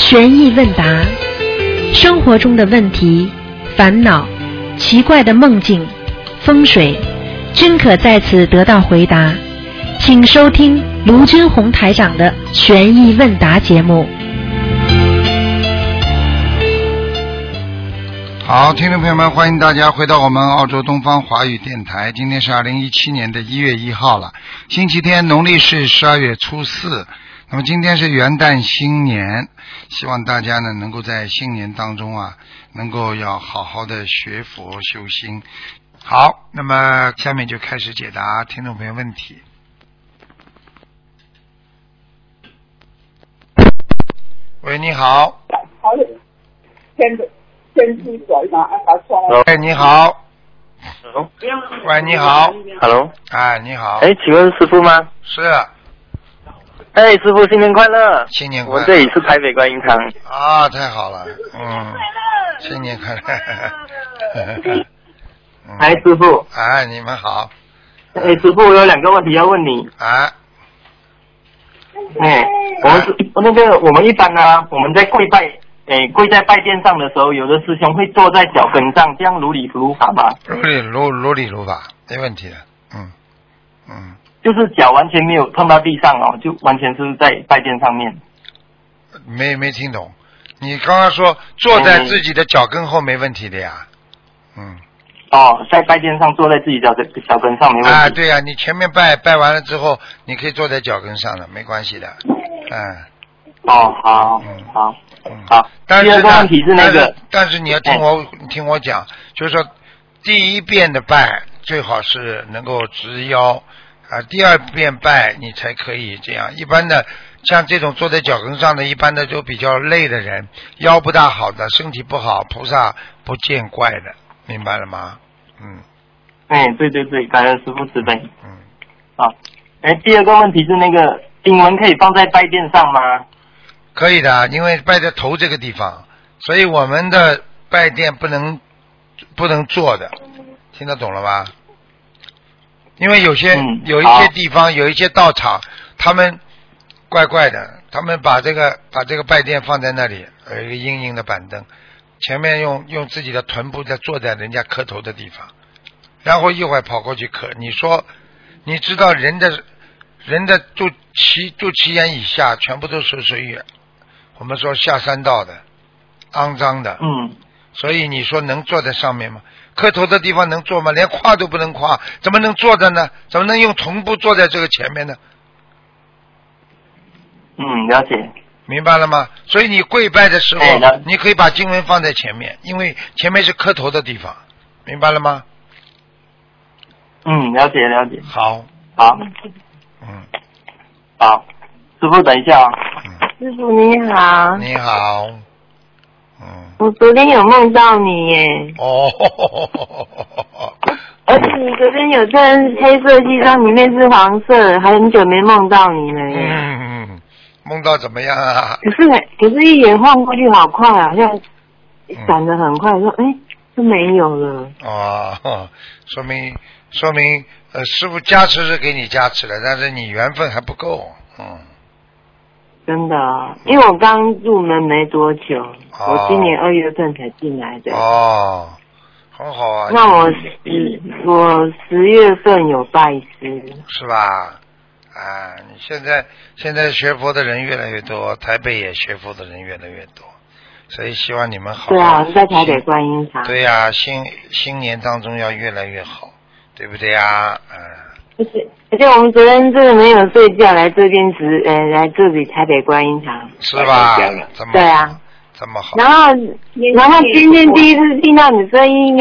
悬疑问答，生活中的问题、烦恼、奇怪的梦境、风水，均可在此得到回答。请收听卢军红台长的悬疑问答节目。 好，听众朋友们，欢迎大家回到我们澳洲东方华语电台。今天是2017年的1月1号了，星期天，农历是12月初4。那么今天是元旦新年，希望大家呢能够在新年当中啊，能够要好好的学佛修心。好，那么下面就开始解答听众朋友问题。喂，你好。喂，你好。喂，你好。 Hello。 哎，你好。 哎，请问师傅吗？ 是。 哎，师傅，新年快乐！ 新年快乐！ 我这里是台北观音堂。 啊，太好了，新年快乐！ 哎，师傅。 哎，你们好。 哎，师傅，我有2个问题要问你。 哎。 哎，我们一般呢，我们在跪在拜殿上的时候，有的师兄会坐在脚跟上，这样如理如法吗？ 如理如法，没问题的。 就是脚完全没有碰到地上哦，就完全是在拜殿上面。 没听懂，你刚刚说坐在自己的脚跟后没问题的呀？ 在拜殿上坐在自己脚跟上没问题。 啊，对呀，你前面拜完了之后，你可以坐在脚跟上的，没关系的。 好。 但是第二个问题是那个， 但是你要听我讲，就是说第一遍的拜最好是能够直腰。第二遍拜你才可以这样。一般的像这种坐在脚跟上的，一般的就比较累的人，腰不大好的，身体不好，菩萨不见怪的，明白了吗？ 对，感恩师父慈悲。第二个问题是那个经文可以放在拜殿上吗？ 可以的，因为拜在头这个地方，所以我们的拜殿不能坐的，听得懂了吧？因为有一些地方有一些道场，他们怪怪的，他们把这个拜殿放在那里，有一个硬硬的板凳，前面用自己的臀部在坐在人家磕头的地方，然后一会儿跑过去磕。你说你知道人的肚脐眼以下全部都是属于我们说下三道的，肮脏的。所以你说能坐在上面吗？磕头的地方能坐吗？连跨都不能跨，怎么能坐着呢？怎么能用臀部坐在这个前面呢？ 了解。 明白了吗？所以你跪拜的时候，你可以把经文放在前面，因为前面是磕头的地方，明白了吗？ 了解。 好。 好，师父等一下啊。 师父你好。 你好。 我昨天有梦到你耶。而且你昨天有穿黑色西装，里面是黄色，还很久没梦到你了耶。 梦到怎么样啊？ 可是一眼晃过去好快，好像闪得很快，说就没有了。 说明师父加持是给你加持了，但是你缘分还不够。 真的，因为我刚入门没多久，我今年2月份才进来的。 很好啊。 那我10月份有拜师。 是吧？你现在学佛的人越来越多，台北也学佛的人越来越多，所以希望你们好。 对啊，我是在台北观音堂。 对呀，新年当中要越来越好，对不对呀？ 而且我们昨天真的没有睡觉，来这边来这里台北观音堂。 是吧？ 对啊， 这么好。 然后今天第一次听到你声音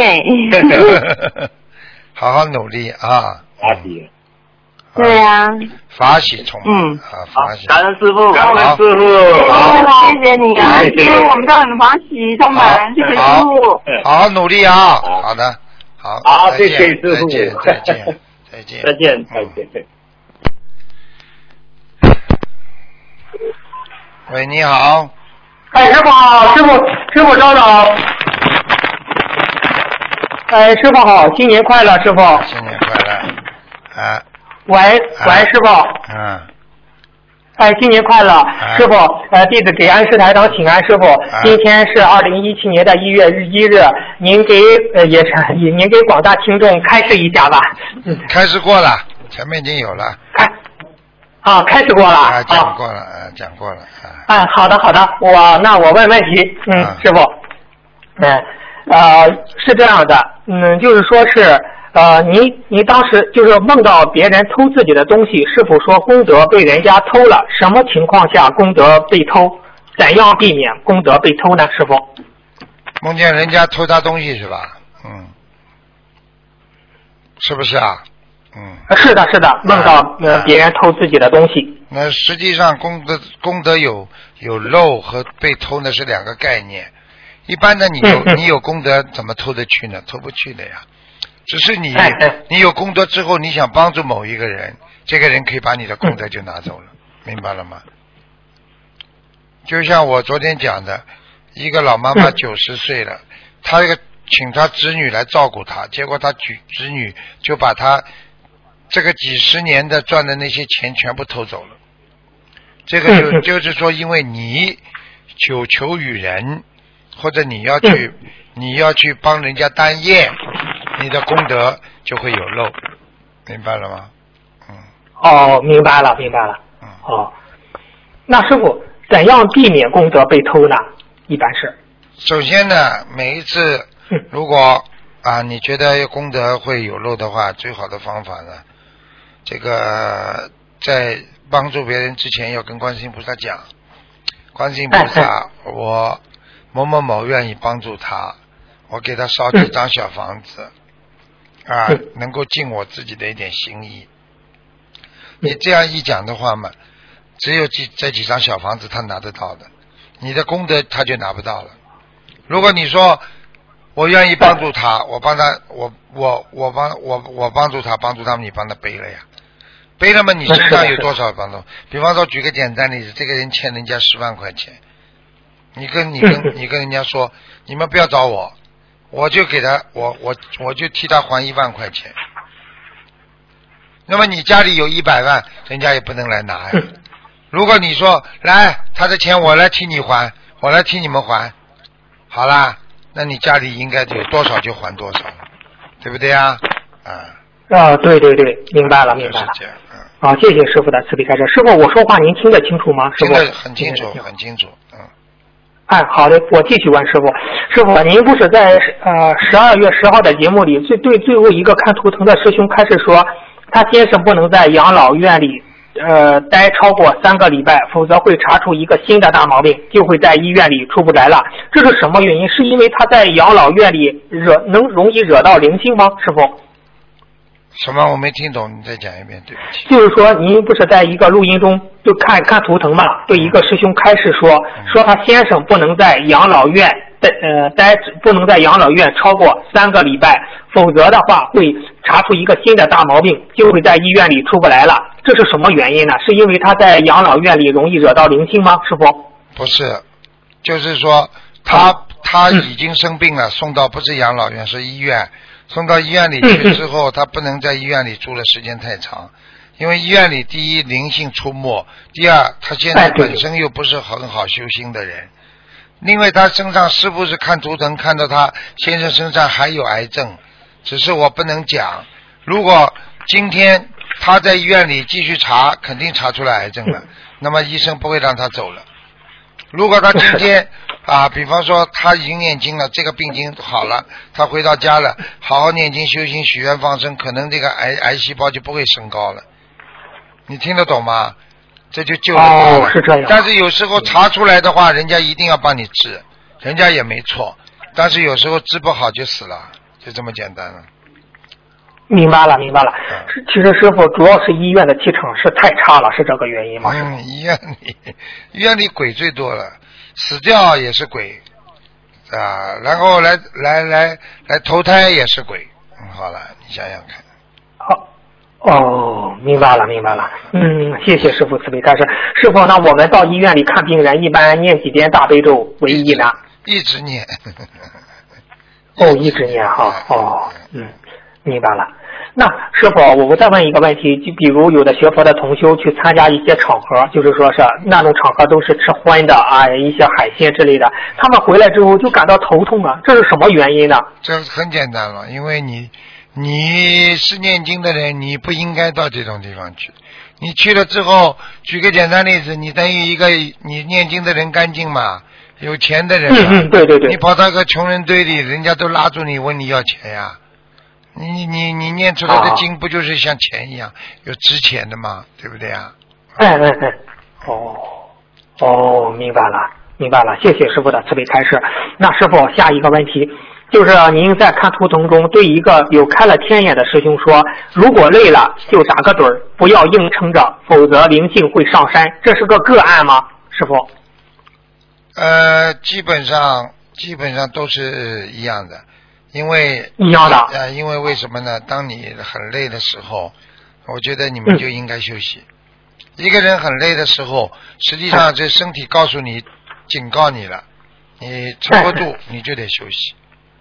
好好努力啊！ 对啊。 法喜充满。法喜。 感恩师父。 好， 谢谢你啊！因为我们都很欢喜充满，谢谢师父。 好好努力啊！好的，好， 谢谢师父。 再见。喂，你好。 师傅好，师傅稍等。师傅好，新年快乐，师傅。 新年快乐。 喂，师傅。 新年快乐，师傅。弟子给安师台长请安，师傅。今天是2017年的1月1日，您给广大听众开示一下吧。 开示过了，前面已经有了。 开始过了。 讲过了，讲过了。 好的，那我问问题，师傅。是这样的，就是说是。您当时就是梦到别人偷自己的东西，师傅说功德被人家偷了，什么情况下功德被偷？怎样避免功德被偷呢？师傅， 梦见人家偷他东西是吧？是不是啊？ 是的，梦到别人偷自己的东西。 那实际上功德有漏和被偷呢是两个概念。一般的你有功德怎么偷得去呢？偷不去的呀。只是你有功德之后，你想帮助某一个人，这个人可以把你的功德就拿走了，明白了吗？就像我昨天讲的，一个老妈妈90岁了，她请她侄女来照顾她，结果她侄女就把她这个几十年的赚的那些钱全部偷走了。这个就是说，因为你久求于人，或者你要去帮人家担业。你的功德就会有漏，明白了吗？ 明白了。那师傅怎样避免功德被偷呢？一般是。 首先呢，每一次如果你觉得功德会有漏的话，最好的方法呢，这个在帮助别人之前要跟观世音菩萨讲，观世音菩萨，我某某某愿意帮助他，我给他烧几张小房子。能够尽我自己的一点心意。你这样一讲的话嘛，只有这几张小房子他拿得到的，你的功德他就拿不到了。如果你说我愿意帮助他，我帮他，我帮助他，帮助他们，你帮他背了呀，背了嘛，你身上有多少帮助？比方说举个简单例子，这个人欠人家10万块钱，你跟人家说，你们不要找我。我就给他，我就替他还1万块钱。那么你家里有100万，人家也不能来拿呀。如果你说来，他的钱我来替你还，我来替你们还，好啦，那你家里应该有多少就还多少了，对不对呀？ 对，明白了。谢谢师傅的慈悲开示。师傅，我说话您听得清楚吗？师傅， 听得很清楚，很清楚。 好的，我继续问师傅。师傅，您不是在12月10号的节目里对最后一个看图腾的师兄开始说，他先生不能在养老院里待超过3个礼拜，否则会查出一个新的大毛病，就会在医院里出不来了。这是什么原因？是因为他在养老院里容易惹到灵性吗？师傅？ 什么？我没听懂，你再讲一遍，对不起。 就是说，您不是在一个录音中就看图腾嘛？对一个师兄开示说他先生不能在养老院不能在养老院超过3个礼拜，否则的话会查出一个新的大毛病，就会在医院里出不来了。这是什么原因呢？是因为他在养老院里容易惹到灵性吗？师傅？ 不是，就是说他已经生病了，送到不是养老院是医院。送到医院里去之后，他不能在医院里住的时间太长，因为医院里第一灵性出没，第二他现在本身又不是很好修心的人，因为他身上师父是看图腾看到他先生身上还有癌症，只是我不能讲。如果今天他在医院里继续查，肯定查出来癌症了，那么医生不会让他走了。如果他今天比方说他已经念经了，这个病已经好了，他回到家了，好好念经修心许愿放生，可能这个癌细胞就不会升高了。你听得懂吗？这就救了他了。 是这样。 但是有时候查出来的话，人家一定要帮你治，人家也没错，但是有时候治不好就死了，就这么简单了。 明白了。其实师傅主要是医院的气场是太差了，是这个原因吗？ 医院里鬼最多了，死掉也是鬼然后来投胎也是鬼。好了，你想想看。 明白了。谢谢师傅慈悲开示。师傅，那我们到医院里看病人，一般念几遍大悲咒为宜呢？ 一直念。 一直念哈。明白了。 那师傅，我再问一个问题，就比如有的学佛的同修去参加一些场合，就是说是那种场合都是吃荤的啊，一些海鲜之类的，他们回来之后就感到头痛啊，这是什么原因呢？ 这很简单了，因为你是念经的人，你不应该到这种地方去。你去了之后，举个简单例子，你等于一个你念经的人干净嘛，有钱的人嘛， 对对对， 你跑到个穷人堆里，人家都拉住你问你要钱呀。你念出来的经不就是像钱一样有值钱的吗？对不对啊？明白了，谢谢师傅的慈悲开示。那师傅下一个问题就是您在看图腾中对一个有开了天眼的师兄说，如果累了就打个盹儿，不要硬撑着，否则灵性会上山，这是个案吗？师傅？ 基本上都是一样的。因为为什么呢？当你很累的时候，我觉得你们就应该休息。一个人很累的时候，实际上这身体告诉你，警告你了，你撑不住，你就得休息。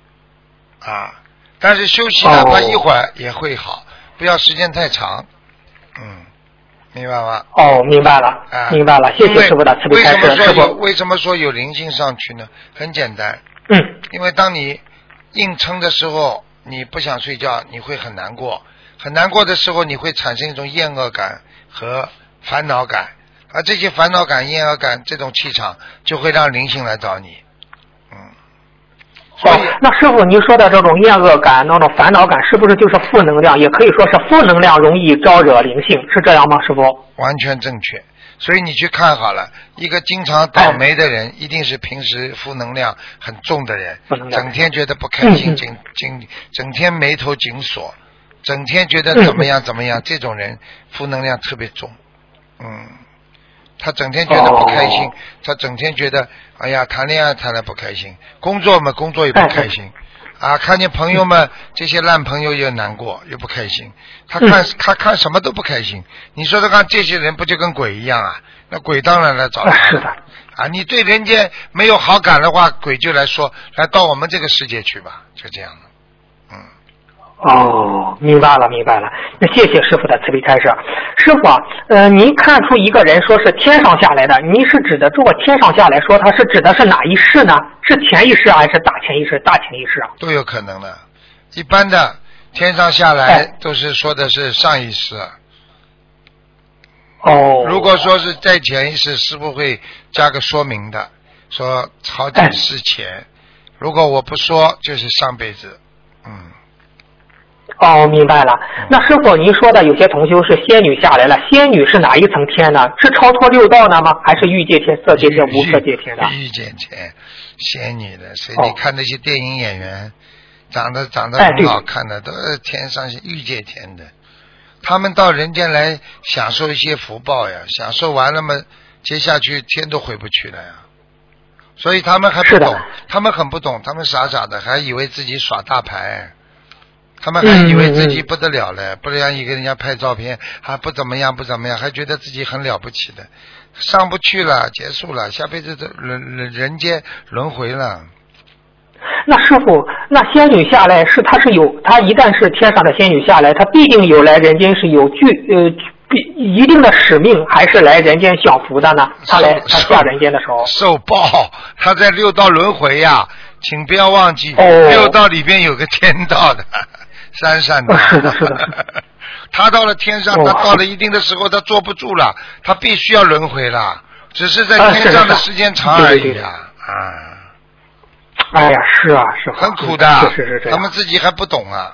但是休息哪怕一会儿也会好，不要时间太长。明白吗？ 明白了，谢谢师傅的慈悲开示。 为什么说有灵性上去呢？很简单。因为当你硬撑的时候，你不想睡觉，你会很难过，很难过的时候，你会产生一种厌恶感和烦恼感，而这些烦恼感、厌恶感这种气场，就会让灵性来找你。 那师傅您说的这种厌恶感、那种烦恼感，是不是就是负能量？也可以说是负能量容易招惹灵性，是这样吗？师傅？ 完全正确。所以你去看好了，一个经常倒霉的人，一定是平时负能量很重的人，整天觉得不开心，整天眉头紧锁，整天觉得怎么样，这种人负能量特别重。他整天觉得不开心，他整天觉得哎呀谈恋爱谈得不开心，工作也不开心。看见朋友们这些烂朋友又难过又不开心，他看什么都不开心。你说的看这些人不就跟鬼一样啊？那鬼当然来找他。 是的。 你对人家没有好感的话，鬼就来说来到我们这个世界去吧，就这样的。 明白了。那谢谢师傅的慈悲开示。师傅，您看出一个人说是天上下来的，您是指的这个天上下来说，他是指的是哪一世呢？是前一世还是大前一世？都有可能的。一般的天上下来都是说的是上一世。如果说是在前一世，师傅会加个说明的，说好几世前。如果我不说，就是上辈子。 明白了。那师傅您说的有些同修是仙女下来了，仙女是哪一层天呢？是超脱六道呢吗？还是欲界天、色界天、无色界天的？ 欲界天，仙女的。所以你看那些电影演员长得很好看的，都是天上欲界天的。他们到人间来享受一些福报呀，享受完了嘛，接下去天都回不去了呀。所以他们还不懂，他们很不懂，他们傻傻的还以为自己耍大牌。他们还以为自己不得了了，不让一个人家拍照片，还不怎么样，还觉得自己很了不起的，上不去了，结束了，下辈子的人间轮回了。 那师傅，那仙女下来是她一旦是天上的仙女下来，她必定有来人间是有一定的使命，还是来人间享福的呢？她下人间的时候受报，她在六道轮回呀，请不要忘记，六道里边有个天道的。闪闪的， 是的。 他到了天上，他到了一定的时候，他坐不住了，他必须要轮回了，只是在天上的时间长而已啊！ 哎呀，是很苦的， 是他们自己还不懂啊。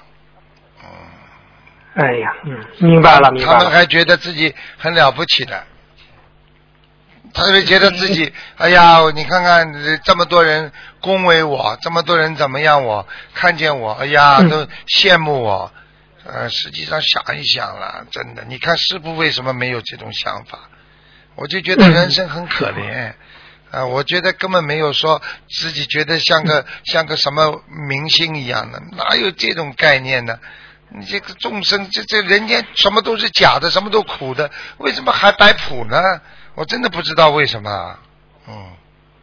哎呀，明白了。 他们还觉得自己很了不起的，他会觉得自己，哎呀，你看看这么多人恭维我，这么多人怎么样我，看见我，哎呀，都羡慕我。实际上想一想了，真的，你看师父为什么没有这种想法？我就觉得人生很可怜。我觉得根本没有说自己觉得像个什么明星一样的，哪有这种概念呢？你这个众生，这人间什么都是假的，什么都苦的，为什么还摆谱呢？我真的不知道为什么。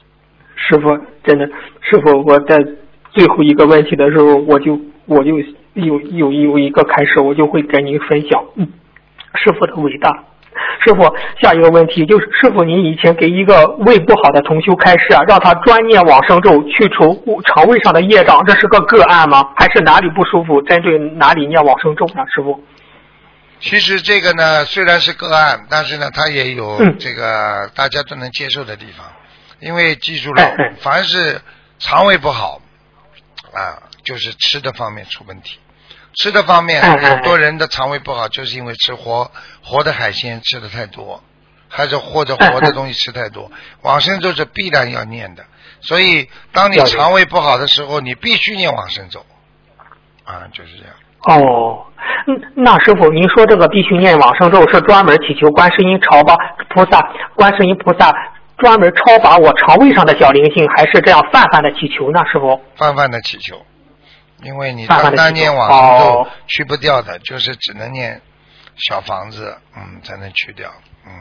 师傅，真的，师傅，我在最后一个问题的时候，我就有一个开始，我就会跟您分享师傅的伟大。师傅，下一个问题就是，师傅您以前给一个胃不好的同修开示让他专念往生咒去除肠胃上的业障，这是个个案吗？还是哪里不舒服，针对哪里念往生咒呢？师傅？ 其实这个呢，虽然是个案，但是呢，它也有这个大家都能接受的地方。因为记住了，凡是肠胃不好就是吃的方面出问题。吃的方面，很多人的肠胃不好，就是因为吃活的海鲜吃的太多，还是或者活的东西吃太多。往生咒是必然要念的，所以当你肠胃不好的时候，你必须念往生咒就是这样。 哦，那师傅，您说这个必须念往生咒是专门祈求观世音菩萨专门超拔我肠胃上的小灵性，还是这样泛泛的祈求呢？师傅？泛泛的祈求。因为你单单念往生咒去不掉的，就是只能念小房子，才能去掉。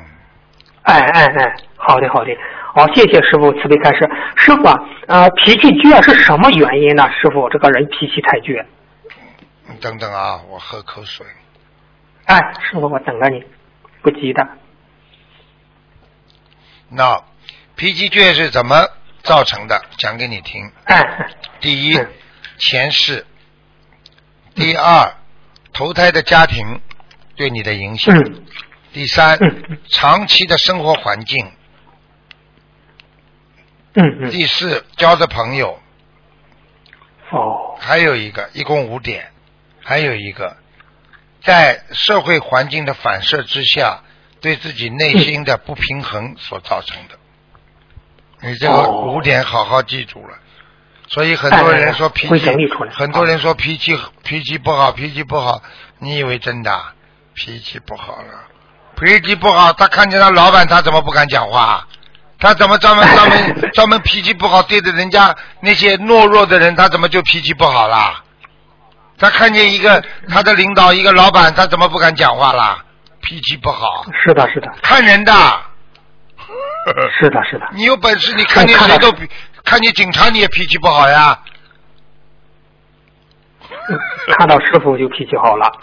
好的，谢谢师傅慈悲开示。师傅脾气倔是什么原因呢？师傅，这个人脾气太倔。 等等我喝口水。 师傅，我等着你，不急的。 那脾气倔是怎么造成的？讲给你听。第一。前世，第二，投胎的家庭对你的影响，第三，长期的生活环境，第四，交的朋友，还有一个，一共5点，还有一个，在社会环境的反射之下，对自己内心的不平衡所造成的。你这个5点好好记住了。所以很多人说脾气，很多人说脾气不好，你以为真的？脾气不好了，脾气不好，他看见他老板，他怎么不敢讲话？他怎么专门脾气不好，对着人家那些懦弱的人，他怎么就脾气不好啦？他看见一个他的领导，一个老板，他怎么不敢讲话啦？脾气不好。 是的， 看人的。 是的。 你有本事，你看见谁都看见警察你也脾气不好呀。 看到师傅就脾气好了。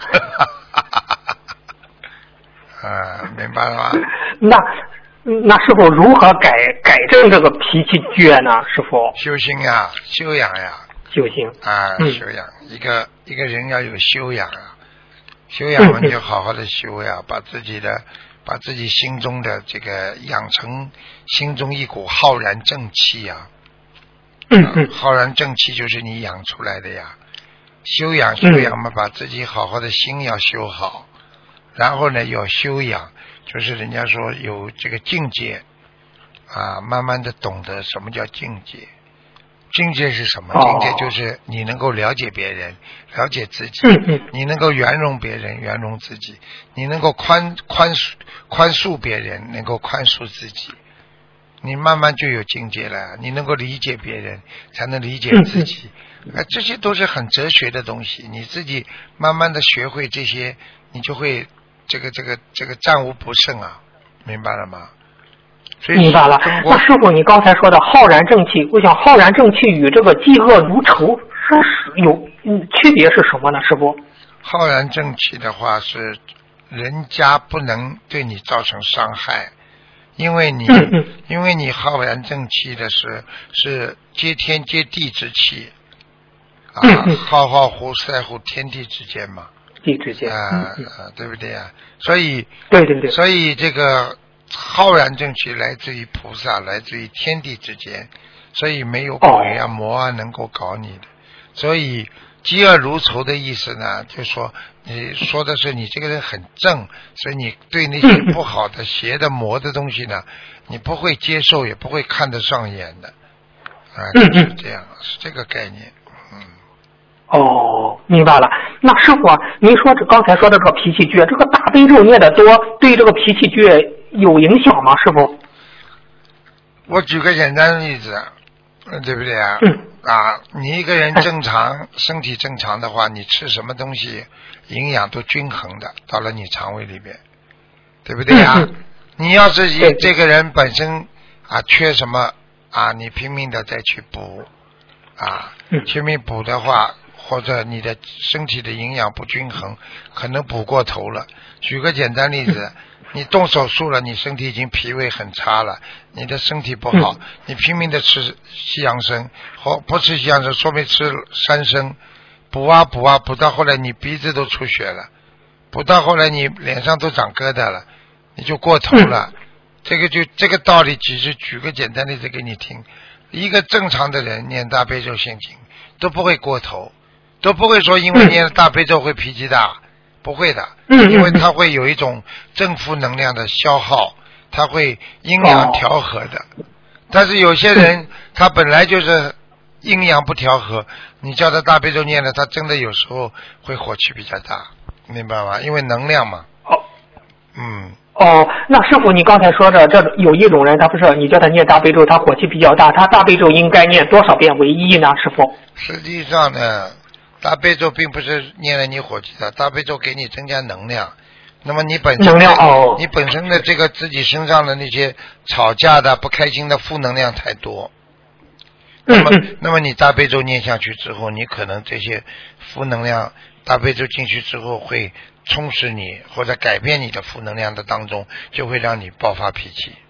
明白了吗？ 那师傅如何改正这个脾气倔呢？师傅？ 修心呀，修养呀。 修行修养，一个人要有修养修养嘛，你就好好的修呀，把自己心中的这个养成心中一股浩然正气呀。浩然正气就是你养出来的呀。修养嘛，把自己好好的心要修好，然后呢要修养，就是人家说有这个境界慢慢的懂得什么叫境界。境界是什么？境界就是你能够了解别人，了解自己，你能够圆融别人，圆融自己，你能够宽恕别人，能够宽恕自己，你慢慢就有境界了。你能够理解别人，才能理解自己。这些都是很哲学的东西，你自己慢慢的学会这些，你就会这个战无不胜明白了吗？ 明白了。那师傅，你刚才说的浩然正气，我想浩然正气与这个嫉恶如仇是有区别是什么呢？师傅？ 浩然正气的话是人家不能对你造成伤害，因为你浩然正气的是接天接地之气浩乎塞乎天地之间嘛， 地之间对不对所以对， 所以这个浩然正气来自于菩萨，来自于天地之间，所以没有鬼魔能够搞你的。所以嫉恶如仇的意思呢，就说你说的是你这个人很正，所以你对那些不好的邪的魔的东西呢，你不会接受，也不会看得上眼的就是这样，是这个概念。 明白了。那师傅您说刚才说的这个脾气倔，这个大悲咒念的多，对这个脾气倔有影响吗？师傅？ 我举个简单的例子，对不对你一个人正常身体正常的话，你吃什么东西营养都均衡的到了你肠胃里边，对不对你要是这个人本身缺什么你拼命的再去补拼命补的话， 或者你的身体的营养不均衡，可能补过头了。举个简单例子，你动手术了，你身体已经脾胃很差了，你的身体不好，你拼命的吃西洋参，或不吃西洋参，说明吃山参，补啊补啊补到后来你鼻子都出血了，补到后来你脸上都长疙瘩了，你就过头了。这个道理，只是举个简单例子给你听。一个正常的人念大悲咒心经都不会过头，都不会说因为念大悲咒会脾气大，不会的，因为它会有一种正负能量的消耗，它会阴阳调和的。但是有些人他本来就是阴阳不调和，你叫他大悲咒念了，他真的有时候会火气比较大，明白吗？因为能量嘛。 那师傅，你刚才说的这有一种人，他不是你叫他念大悲咒，他火气比较大，他大悲咒应该念多少遍为宜呢？师傅？ 实际上呢，大悲咒并不是念了你火气大，大悲咒给你增加能量。那么你本身的这个自己身上的那些吵架的、不开心的负能量太多。那么你大悲咒念下去之后，你可能这些负能量，大悲咒进去之后会充实你或者改变你的负能量的当中，就会让你爆发脾气。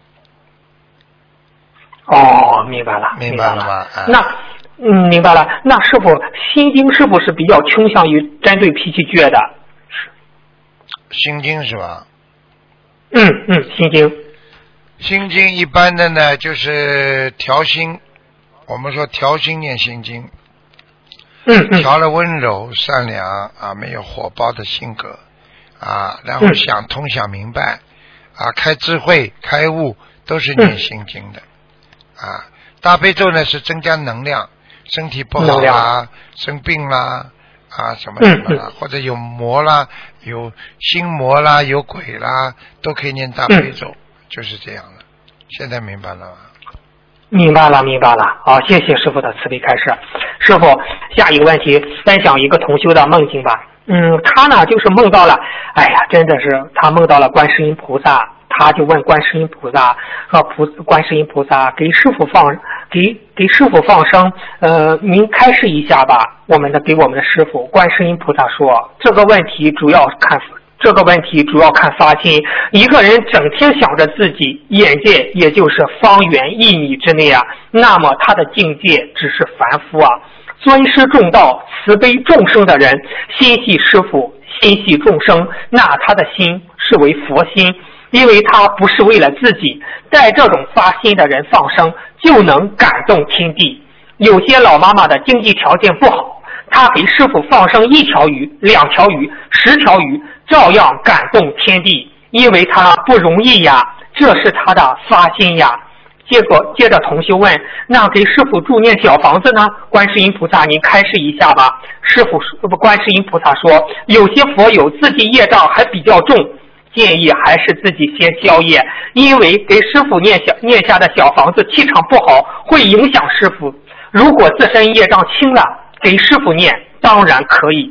明白了， 明白了吗？ 明白了。那师傅，心经是不是比较倾向于针对脾气倔的？ 心经是吧？ 心经。 心经一般的呢，就是调心。我们说调心念心经，调了温柔善良啊，没有火爆的性格啊，然后想通想明白啊，开智慧开悟都是念心经的啊。大悲咒呢是增加能量，身体不好啦，生病啦啊什么什么啦，或者有魔啦，有心魔啦，有鬼啦，都可以念大悲咒，就是这样的。现在明白了吗？ 明白了。好，谢谢师傅的慈悲开示。师傅，下一个问题，分享一个同修的梦境吧。他呢就是梦到了，真的是他梦到了观世音菩萨，他就问观世音菩萨说：“观世音菩萨，给师傅放生，您开示一下吧。给我们的师傅。”观世音菩萨说：“这个问题主要看发心，一个人整天想着自己眼界也就是方圆1米之内啊，那么他的境界只是凡夫啊。尊师重道、慈悲众生的人，心系师父、心系众生，那他的心是为佛心，因为他不是为了自己，带这种发心的人放生，就能感动天地。有些老妈妈的经济条件不好，他给师傅放生1条鱼、2条鱼、10条鱼，照样感动天地，因为他不容易呀，这是他的发心呀。接着同修问：“那给师傅助念小房子呢？”观世音菩萨，您开示一下吧。观世音菩萨说：“有些佛友自己业障还比较重，建议还是自己先消业，因为给师傅念下的小房子气场不好，会影响师傅。如果自身业障轻了，给师傅念当然可以。”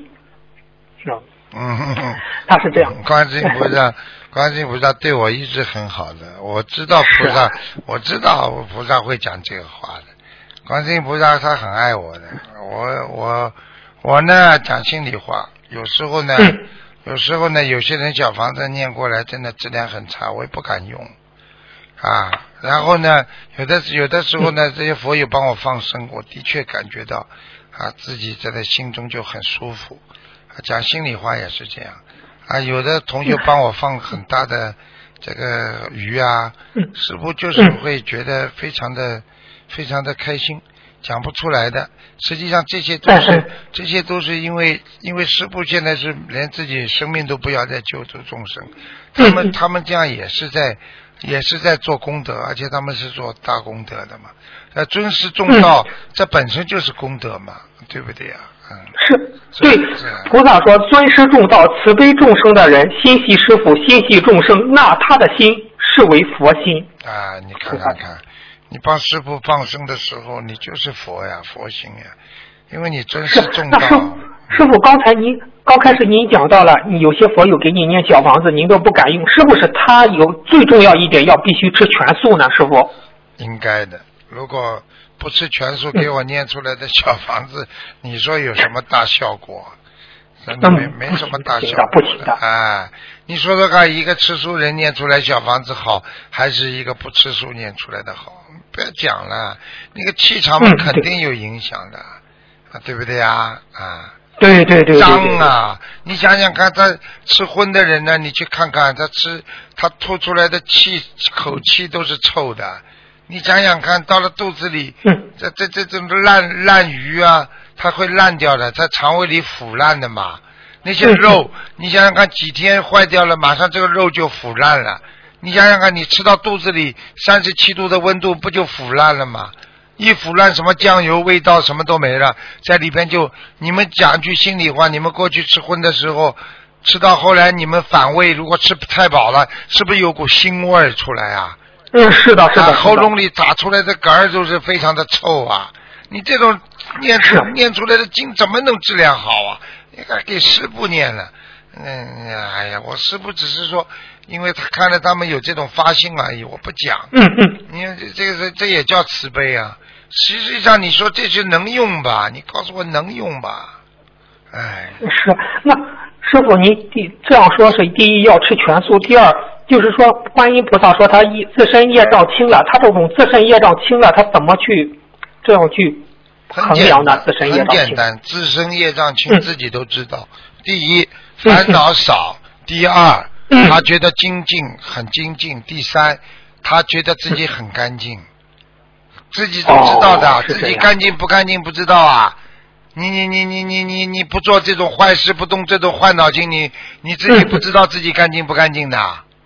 他是这样。 观世音菩萨对我一直很好的，我知道菩萨会讲这个话的。观世音菩萨他很爱我的，我呢讲心里话，有时候呢有些人小房子念过来真的质量很差，我也不敢用啊。然后呢有的时候呢这些佛友帮我放生，我的确感觉到啊自己在心中就很舒服。讲心里话也是这样啊，有的同学帮我放很大的这个鱼啊，师父就是会觉得非常的开心，讲不出来的。实际上这些都是因为师父现在是连自己生命都不要再救助众生，他们这样也是在做功德，而且他们是做大功德的嘛。尊师重道，这本身就是功德嘛，对不对呀？ 对，菩萨说尊师重道、慈悲众生的人，心系师父、心系众生，那他的心是为佛心啊！你看，你帮师父放生的时候，你就是佛呀，佛心呀，因为你尊师重道。 师父，刚开始您讲到了，有些佛友给你念小房子，您都不敢用，是不是他有最重要一点要必须吃全素呢？师父？ 应该的，如果不吃全素给我念出来的小房子，你说有什么大效果？真的没什么大效果的。哎，你说说看，一个吃素人念出来小房子好，还是一个不吃素念出来的好？不要讲了，那个气场嘛肯定有影响的，对不对啊？啊。 对， 脏啊！你想想看，他吃荤的人呢，你去看看他吐出来的口气都是臭的。你想想看，到了肚子里，这种烂鱼啊，它会烂掉的，在肠胃里腐烂的嘛。那些肉，你想想看，几天坏掉了，马上这个肉就腐烂了。你想想看，你吃到肚子里37度的温度，不就腐烂了吗？一腐烂，什么酱油味道什么都没了，在里边就你们讲句心里话，你们过去吃荤的时候，吃到后来你们反胃，如果吃太饱了，是不是有股腥味出来啊？ 是的， 喉咙里打出来的嗝儿就是非常的臭啊！你这种念出来的经怎么能质量好啊？应该给师父念了。哎呀，我师父只是说，因为他看了他们有这种发心而已，我不讲。你看这也叫慈悲啊。实际上你说这是能用吧？你告诉我能用吧？哎。 是，那师父您这样说是第一要吃全素，第二就是说观音菩萨说他自身业障轻了，他这种自身业障轻了，他怎么去这样去衡量呢？自身业障轻。 很简单，自身业障轻自己都知道。第一，烦恼少；第二，他觉得很精进；第三，他觉得自己很干净。自己都知道的，自己干净不干净不知道啊！你不做这种坏事，不动这种坏脑筋，你自己不知道自己干净不干净的。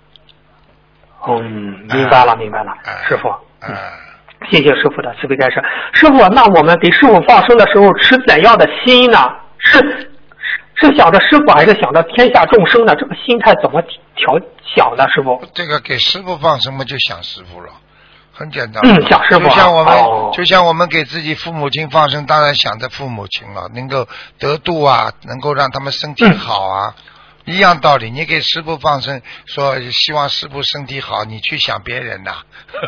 明白了，师父。谢谢师父的慈悲开示。师父，那我们给师父放生的时候持怎样的心呢？是想着师父还是想着天下众生呢？这个心态怎么想的，师父？ 这个给师父放生嘛，就想师父了。很简单， 想师父就像我们给自己父母亲放生，当然想着父母亲了，能够得度啊，能够让他们身体好啊，一样道理。你给师父放生，说希望师父身体好，你去想别人呐。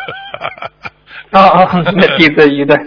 弟子愚的。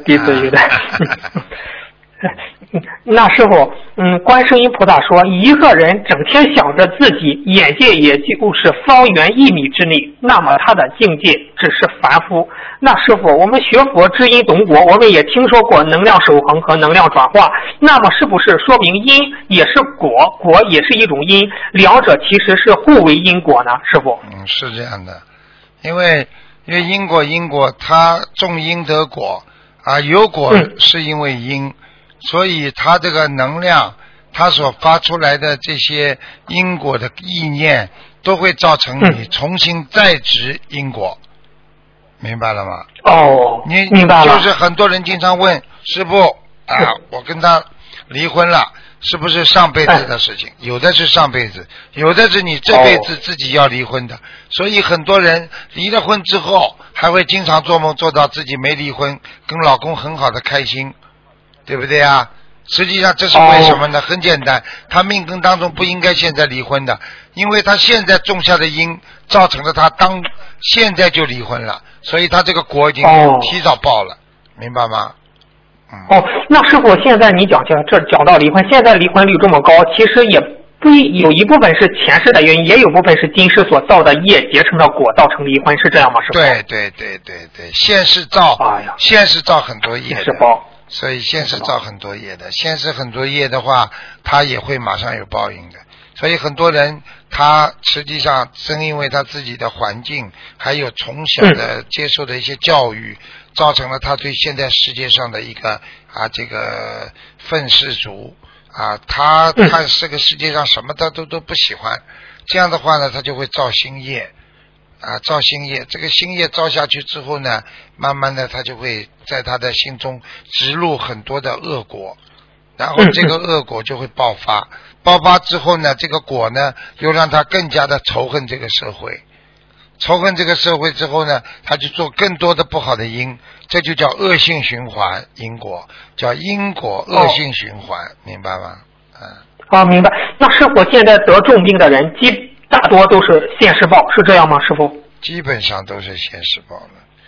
那师傅，观世音菩萨说，一个人整天想着自己眼界也就是方圆1米之内，那么他的境界只是凡夫。那师傅，我们学佛知因懂果，我们也听说过能量守恒和能量转化，那么是不是说明因也是果，果也是一种因，两者其实是互为因果呢？师傅？ 是这样的，因为因果它种因得果啊，有果是因为因。所以他这个能量，他所发出来的这些因果的意念，都会造成你重新再植因果，明白了吗？你明白了。 就是很多人经常问师父啊，我跟他离婚了，是不是上辈子的事情？有的是上辈子，有的是你这辈子自己要离婚的。所以很多人离了婚之后，还会经常做梦做到自己没离婚，跟老公很好的开心。对不对啊？实际上这是为什么呢？很简单，他命根当中不应该现在离婚的，因为他现在种下的因，造成了他现在就离婚了，所以他这个果已经提早报了，明白吗？ 那师傅，现在你讲到离婚，现在离婚率这么高，其实也不有一部分是前世的原因，也有部分是今世所造的业结成的果，造成离婚，是这样吗？师傅？ 对，现世造很多业的。所以现世造很多业的，现世很多业的话，他也会马上有报应的。所以很多人他实际上正因为他自己的环境，还有从小的接受的一些教育，造成了他对现在世界上的一个这个愤世族他看这个世界上什么他都不喜欢。这样的话呢，他就会造新业。造新业，这个新业造下去之后呢，慢慢的他就会在他的心中植入很多的恶果，然后这个恶果就会爆发之后呢，这个果呢又让他更加的仇恨这个社会，仇恨这个社会之后呢，他就做更多的不好的因，这就叫恶性循环，因果叫因果恶性循环，明白吗？ 明白。那师傅，现在得重病的人大多都是现世报，是这样吗？师傅？ 基本上都是现世报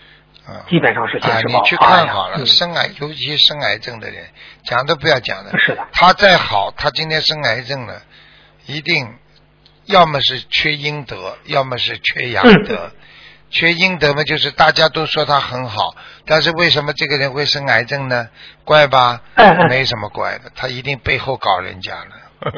基本上是现世报。 你去看好了，生癌，尤其生癌症的人，讲都不要讲的。 是的。 他再好，他今天生癌症了，一定要么是缺阴德，要么是缺阳德。缺阴德嘛，就是大家都说他很好，但是为什么这个人会生癌症呢？怪吧？没什么怪的，他一定背后搞人家了。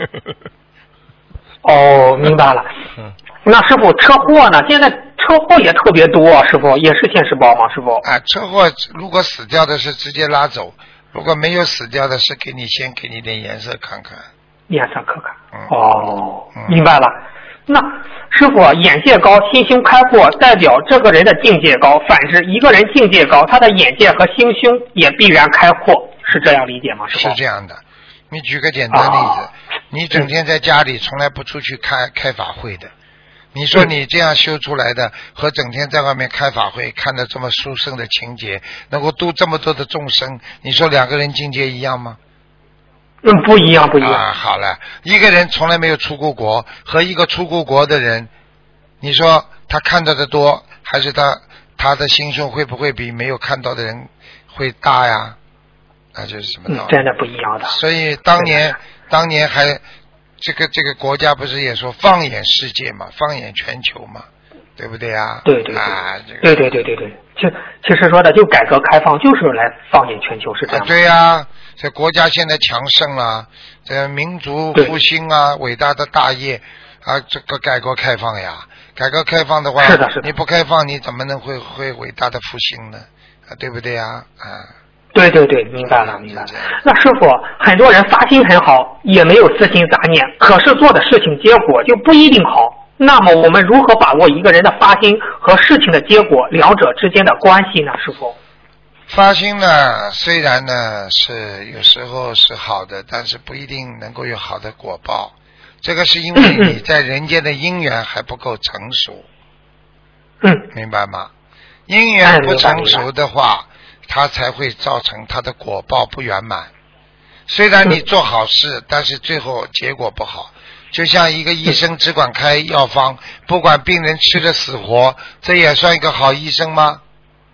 哦，明白了。那师傅，车祸呢？现在车祸也特别多，师傅也是现世报吗？师傅？ 车祸如果死掉的是直接拉走，如果没有死掉的是先给你点颜色看看。 颜色看看。明白了。那师傅，眼界高，心胸开阔，代表这个人的境界高。反之，一个人境界高，他的眼界和心胸也必然开阔，是这样理解吗？师傅？ 是这样的。你举个简单例子，你整天在家里从来不出去开法会的，你说你这样修出来的和整天在外面开法会看到这么殊胜的情节，能够度这么多的众生，你说两个人境界一样吗？ 不一样，不一样。 好了，一个人从来没有出过国，和一个出过国的人，你说他看到的多，还是他的心胸会不会比没有看到的人会大呀？那就是什么道理？ 真的不一样的。 所以当年还这个国家不是也说放眼世界嘛，放眼全球嘛，对不对啊？ 对。对。其实说的就改革开放就是来放眼全球，是这样。 对呀，这国家现在强盛了，这民族复兴啊，伟大的大业啊，这个改革开放呀，改革开放的话， 是的。 你不开放，你怎么能会伟大的复兴呢？对不对呀？ 对，明白了。那师傅，很多人发心很好，也没有私心杂念，可是做的事情结果就不一定好。那么我们如何把握一个人的发心和事情的结果两者之间的关系呢？师傅？ 发心呢，虽然呢是有时候是好的，但是不一定能够有好的果报。这个是因为你在人间的因缘还不够成熟。明白吗？因缘不成熟的话，它才会造成它的果报不圆满。虽然你做好事，但是最后结果不好。就像一个医生只管开药方，不管病人吃的死活，这也算一个好医生吗？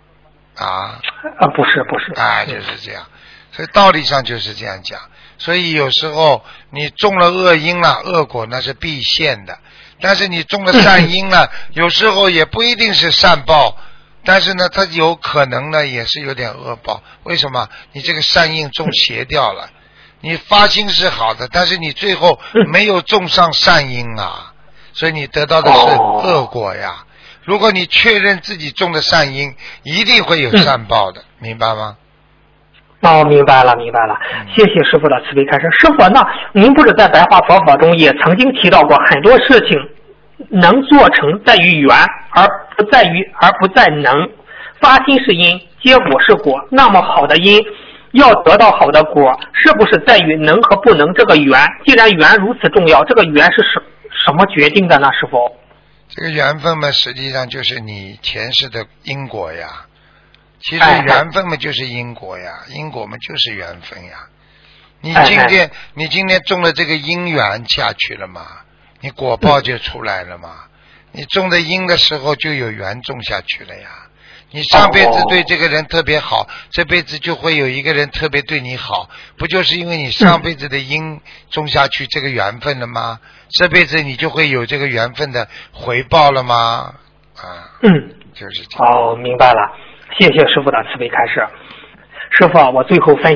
不是。 就是这样。所以道理上就是这样讲。所以有时候你种了恶因了，恶果那是必现的。但是你种了善因了，有时候也不一定是善报，但是呢，它有可能呢也是有点恶报。为什么？你这个善因种邪掉了。你发心是好的，但是你最后没有种上善因啊，所以你得到的是恶果呀。如果你确认自己种的善因，一定会有善报的，明白吗？ 明白了。谢谢师傅的慈悲开示。师傅，那您不是在白话佛法中也曾经提到过，很多事情能做成在于缘，而不在能。发心是因，结果是果。那么好的因要得到好的果，是不是在于能和不能这个缘？既然缘如此重要，这个缘是什么决定的呢？师傅？ 这个缘分嘛，实际上就是你前世的因果呀。其实缘分嘛就是因果呀，因果嘛就是缘分呀。你今天种了这个因缘下去了嘛，你果报就出来了嘛。你种的因的时候就有缘种下去了呀。你上辈子对这个人特别好，这辈子就会有一个人特别对你好，不就是因为你上辈子的因种下去这个缘分了吗？这辈子你就会有这个缘分的回报了吗？就是这样。 明白了。谢谢师傅的慈悲开示。师傅，我最后做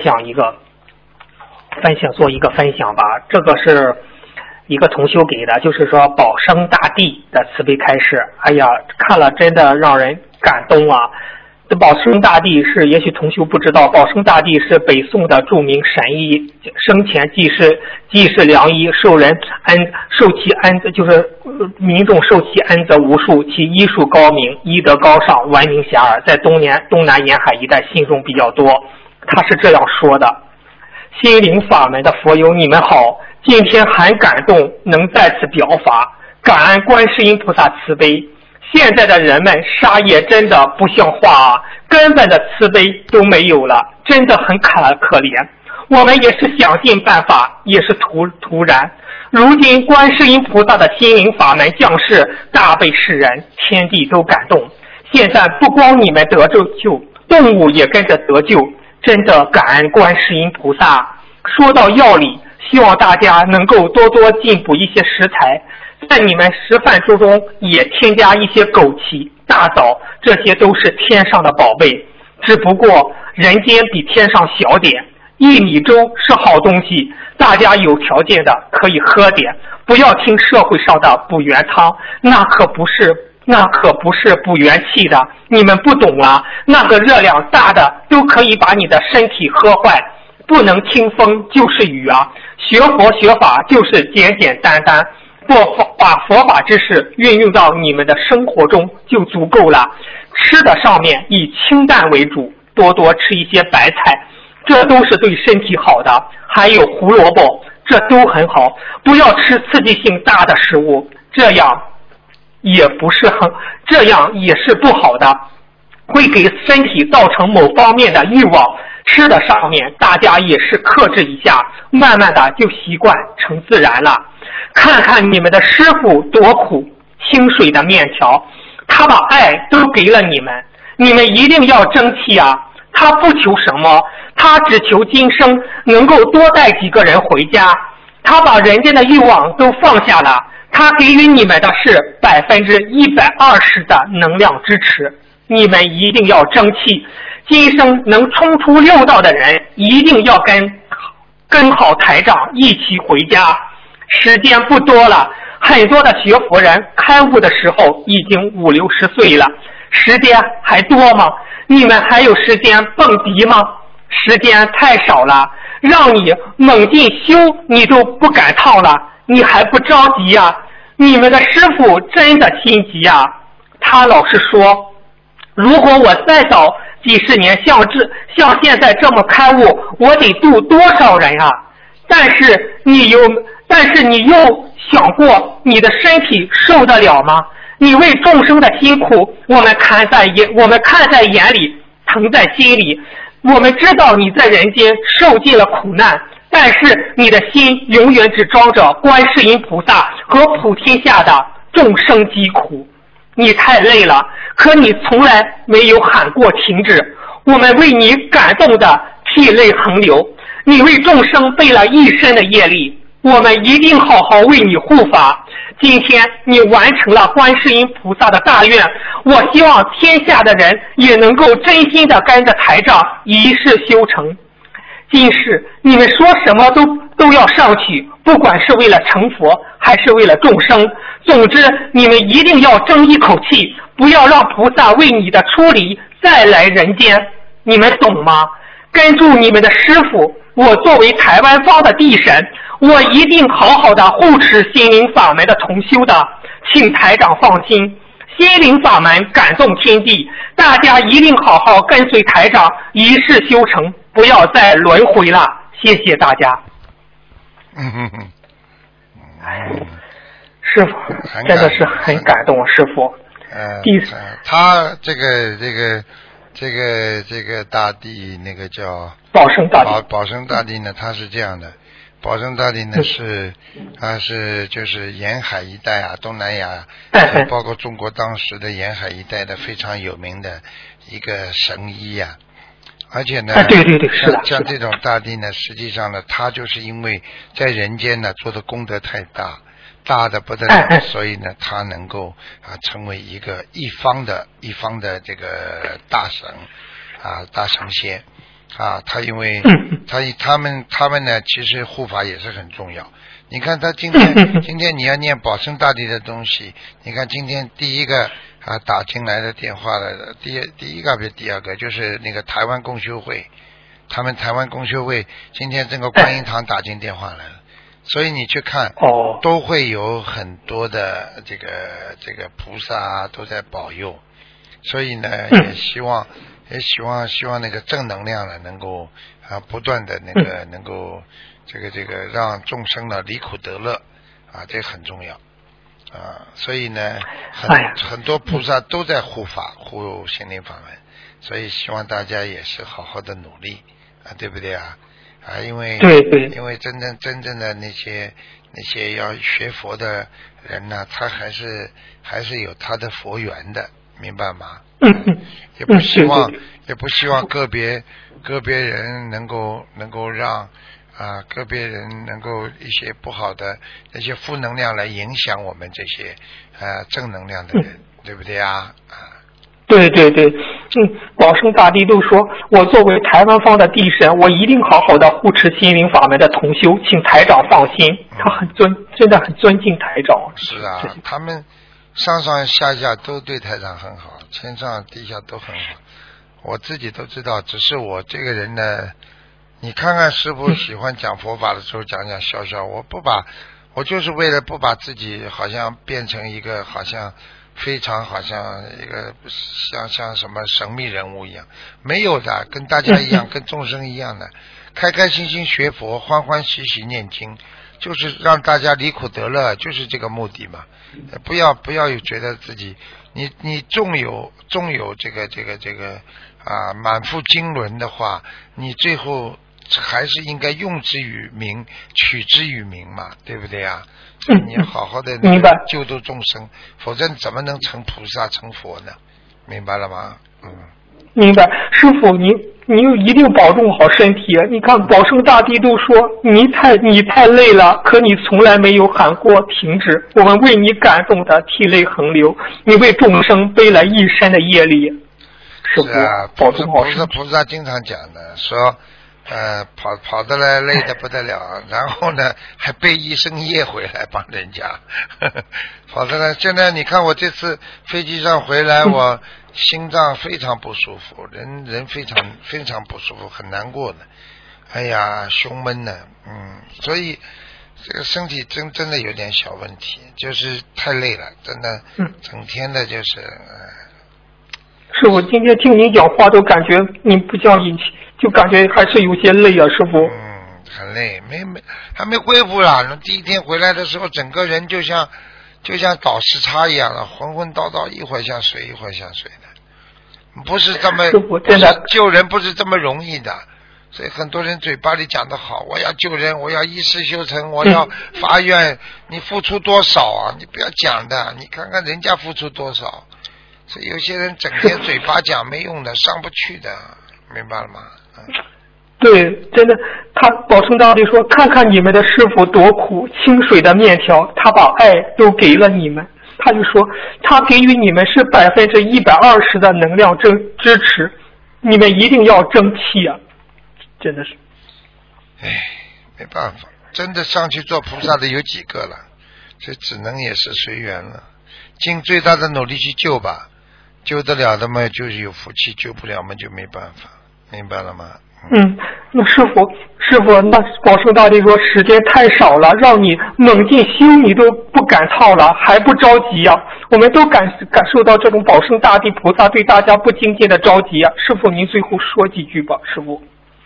一个分享吧。这个是一个同修给的，就是说保生大帝的慈悲开示。哎呀，看了真的让人感动啊！这保生大帝是，也许同修不知道，保生大帝是北宋的著名神医，生前既是良医，受其恩，就是民众受其恩泽无数，其医术高明，医德高尚，闻名遐迩，在东南沿海一带信众比较多。他是这样说的：心灵法门的佛友，你们好，今天很感动，能在此表法，感恩观世音菩萨慈悲。现在的人们杀业真的不像话啊，根本的慈悲都没有了，真的很可怜。我们也是想尽办法，也是突然。如今观世音菩萨的心灵法门降世，大被世人天地都感动。 现在不光你们得救，动物也跟着得救，真的感恩观世音菩萨。说到药理，希望大家能够多多进补一些食材，在你们食饭之中也添加一些枸杞、大枣，这些都是天上的宝贝，只不过人间比天上小点。薏米粥是好东西，大家有条件的可以喝点，不要听社会上的补元汤，那可不是补元气的，你们不懂啊，那个热量大的都可以把你的身体喝坏。不能听风就是雨啊，学佛学法就是简简单单，把佛法知识运用到你们的生活中就足够了。吃的上面以清淡为主，多多吃一些白菜，这都是对身体好的，还有胡萝卜，这都很好。不要吃刺激性大的食物，这样也是不好的，会给身体造成某方面的欲望。吃的上面大家也是克制一下，慢慢的就习惯成自然了。看看你们的师傅多苦，清水的面条，他把爱都给了你们，你们一定要争气啊！他不求什么，他只求今生能够多带几个人回家，他把人间的欲望都放下了，他给予你们的是120%的能量支持，你们一定要争气。今生能冲出六道的人，一定要跟好台长一起回家。时间不多了，很多的学佛人开悟的时候已经50、60岁了，时间还多吗？你们还有时间蹦迪吗？时间太少了，让你猛进修你都不赶趟了，你还不着急呀？你们的师父真的心急呀，他老是说，如果我再早几十年像现在这么开悟，我得度多少人啊？但是你又想过你的身体受得了吗？你为众生的辛苦，我们看在眼里，疼在心里。我们知道你在人间受尽了苦难，但是你的心永远只装着观世音菩萨和普天下的众生疾苦。你太累了，可你从来没有喊过停止，我们为你感动的涕泪横流。你为众生背了一身的业力，我们一定好好为你护法。今天你完成了观世音菩萨的大愿，我希望天下的人也能够真心的跟着台长一世修成。今世你们说什么都要上去，不管是为了成佛还是为了众生，总之你们一定要争一口气，不要让菩萨为你的出离再来人间，你们懂吗？跟住你们的师父，我作为台湾方的地神，我一定好好的护持心灵法门的同修的，请台长放心，心灵法门感动天地，大家一定好好跟随台长一世修成，不要再轮回了。谢谢大家。师父真的是很感动，师父。 他这个大帝那个叫保生大帝。 保生大帝呢，他是这样的，保生大帝呢他是就是沿海一带啊，东南亚，包括中国当时的沿海一带的非常有名的一个神医啊。而且呢， 对，是的， 像这种大帝呢，实际上呢，他就是因为在人间呢做的功德太大的不得了，所以呢，他能够成为一方的这个大神大神仙他因为他们呢，其实护法也是很重要。你看他今天你要念保生大帝的东西，你看今天第一个打进来的电话的第一个不是第二个，就是那个台湾共修会，他们台湾共修会今天这个观音堂打进电话来了。所以你去看都会有很多的这个菩萨都在保佑，所以呢也希望那个正能量呢能够不断的那个能够这个让众生呢离苦得乐这很重要所以呢很多菩萨都在护心灵法门，所以希望大家也是好好的努力对不对因为真正的那些要学佛的人呢，他还是有他的佛缘的，明白吗？ 也不希望也不希望个别人能够让个别人能够一些不好的那些负能量来影响我们这些正能量的人，对不对啊？ 对，保生大帝都说，我作为台湾方的帝神，我一定好好的护持心灵法门的同修，请台长放心。他真的很尊敬台长。 是啊，他们上上下下都对台长很好，天上地下都很好，我自己都知道。只是我这个人呢，你看看师父喜欢讲佛法的时候讲笑，我就是为了不把自己好像变成一个好像非常好像一个像什么神秘人物一样，没有的，跟大家一样，跟众生一样的，开开心心学佛，欢欢喜喜念经，就是让大家离苦得乐，就是这个目的嘛。不要有觉得自己你纵有这个满腹经纶的话，你最后还是应该用之于民，取之于民嘛，对不对啊？你要好好的救度众生，否则怎么能成菩萨成佛呢？明白了吗？ 明白。师父，你一定保重好身体。你看保生大帝都说你太累了，可你从来没有喊过停止。我们为你感动的涕泪横流，你为众生背了一身的业力。师父，保重好身体。 菩萨经常讲的，说跑得来累得不得了，然后呢还背一身业回来帮人家，跑得来。现在你看我这次飞机上回来，我心脏非常不舒服，人非常非常不舒服，很难过的。哎呀，胸闷呢，所以这个身体真的有点小问题，就是太累了，真的，整天的就是。 师父，今天听您讲话都感觉您不像以前，就感觉还是有些累啊，师父。 很累，还没恢复啦。第一天回来的时候，整个人就像倒时差一样了，浑浑叨叨，一会儿像水一会儿像水的，不是这么救人不是这么容易的。所以很多人嘴巴里讲得好，我要救人，我要一世修成，我要发愿，你付出多少啊？你不要讲的，你看看人家付出多少。所以有些人整天嘴巴讲没用的，上不去的，明白了吗？ 对，真的，他保生大帝说，看看你们的师父多苦，清水的面条，他把爱都给了你们。他就说，他给予你们是120%的能量支持，你们一定要争气啊！真的是。 没办法，真的上去做菩萨的有几个了？这只能也是随缘了，尽最大的努力去救吧。救得了的嘛，就是有福气；救不了嘛，就没办法，明白了吗？ 那师傅，那保生大帝说时间太少了，让你猛进修你都不赶操了，还不着急啊？我们都感受到这种保生大帝菩萨对大家不精进的着急啊！师傅，您最后说几句吧，师傅。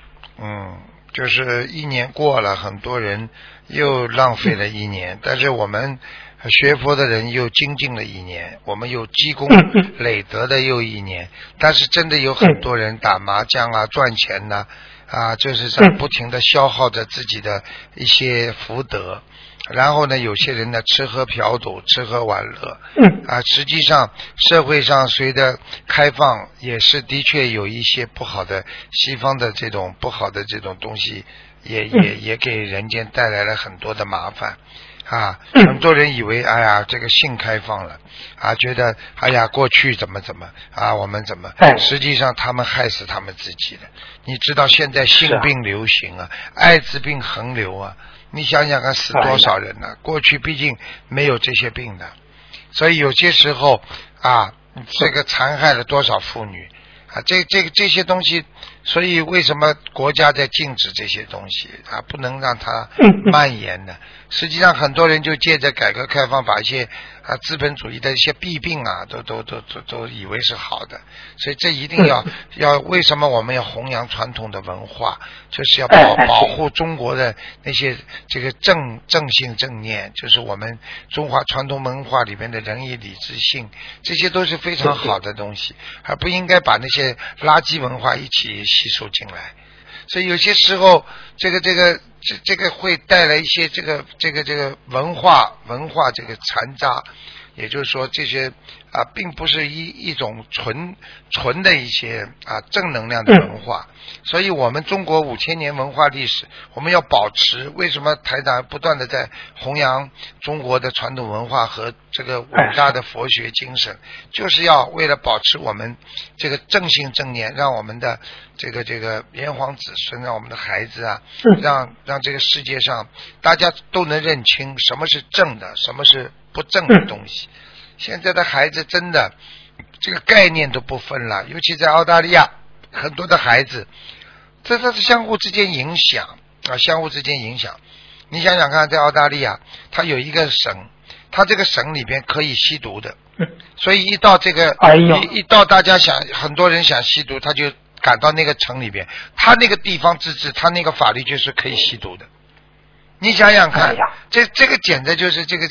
就是一年过了，很多人又浪费了一年，但是我们学佛的人又精进了一年，我们又积功累德的又一年。但是真的有很多人打麻将啊，赚钱呐，就是在不停的消耗着自己的一些福德。然后呢，有些人呢吃喝嫖赌，吃喝玩乐，实际上社会上随着开放，也是的确有一些不好的西方的这种不好的这种东西，也给人间带来了很多的麻烦。很多人以为这个性开放了觉得过去怎么我们怎么实际上他们害死他们自己的。你知道现在性病流行艾滋病横流你想想看死多少人呢？过去毕竟没有这些病的，所以有些时候这个残害了多少妇女这些东西。所以为什么国家在禁止这些东西不能让它蔓延呢？实际上很多人就借着改革开放，把一些资本主义的一些弊病都以为是好的。所以这一定要为什么我们要弘扬传统的文化，就是要保护中国的那些这个正性正念，就是我们中华传统文化里面的仁义礼智信，这些都是非常好的东西，而不应该把那些垃圾文化一起吸收进来。所以有些时候这个会带来一些这个文化这个残渣， 也就是说这些并不是一种纯的一些正能量的文化。所以我们中国5000年文化历史，我们要保持。为什么台长不断的在弘扬中国的传统文化和这个伟大的佛学精神，就是要为了保持我们这个正信正念，让我们的这个炎黄子孙，让我们的孩子让这个世界上大家都能认清什么是正的，什么是不正的东西。现在的孩子真的这个概念都不分了，尤其在澳大利亚，很多的孩子这是相互之间影响相互之间影响。你想想看，在澳大利亚它有一个省，它这个省里边可以吸毒的，所以一到这个一到大家很多人想吸毒，他就赶到那个城里边，他那个地方自治，他那个法律就是可以吸毒的。你想想看，这个简直就是这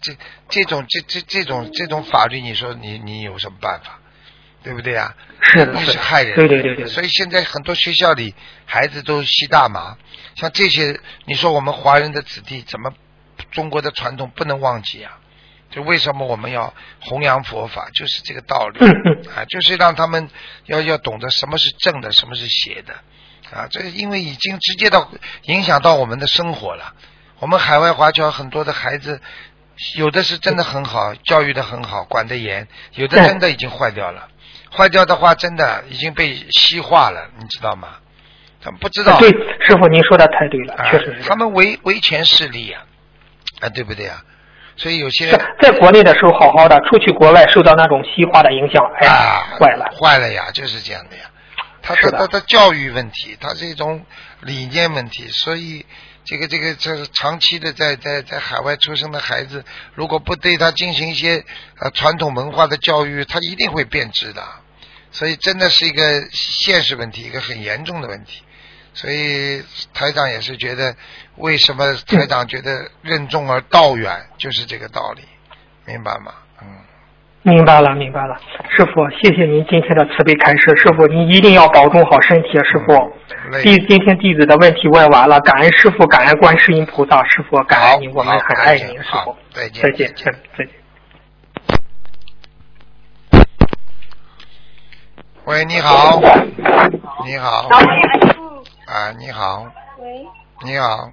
种法律，你说你有什么办法？对不对啊？ 是的， 你是害人。 对。 所以现在很多学校里孩子都吸大麻，像这些，你说我们华人的子弟怎么中国的传统不能忘记啊？就为什么我们要弘扬佛法，就是这个道理就是让他们要懂得什么是正的，什么是邪的这因为已经直接影响到我们的生活了。我们海外华侨很多的孩子，有的是真的很好，教育的很好，管得严，有的真的已经坏掉了。坏掉的话真的已经被西化了，你知道吗？他们不知道。 对，师父您说的太对了，确实是。 他们维权势力对不对啊？所以有些在国内的时候好好的，出去国外受到那种西化的影响，坏了呀，就是这样的呀。他教育问题，他是一种理念问题，所以这长期的在海外出生的孩子，如果不对他进行一些传统文化的教育，他一定会变质的。所以真的是一个现实问题，一个很严重的问题。所以台长也是觉得，为什么台长觉得任重而道远，就是这个道理，明白吗？ 明白了。师父，谢谢您今天的慈悲开示。师父，您一定要保重好身体。师父，今天弟子的问题问完了，感恩师父，感恩观世音菩萨。师父，感恩您，我们很爱您。师父，再见。 喂，你好。你好。你好。 喂。 你好。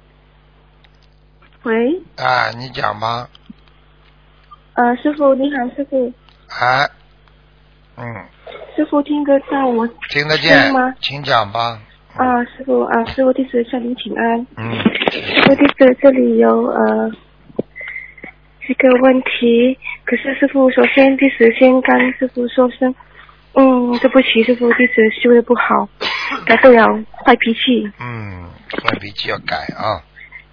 喂。 你讲吧。 师父你好，师父。师父听得到我？ 听得见吗？ 请讲吧。 师父弟子向您请安。师父弟子这里有这个问题，可是师父首先弟子先跟师父说声，对不起，师父弟子修得不好，改不了坏脾气。 坏脾气要改啊。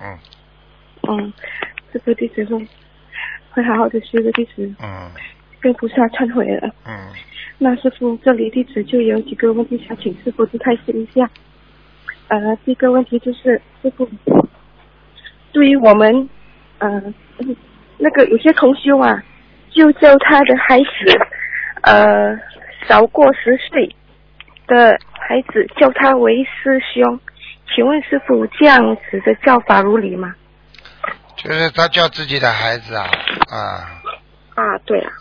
师父弟子会好好的修的，弟子跟菩萨忏悔了。那师父这里弟子就有几个问题想请师父开示一下。第一个问题就是师父，对于我们那个有些同修就叫他的孩子少过10岁的孩子叫他为师兄，请问师父这样子的叫法如理吗？ 就是他叫自己的孩子对了。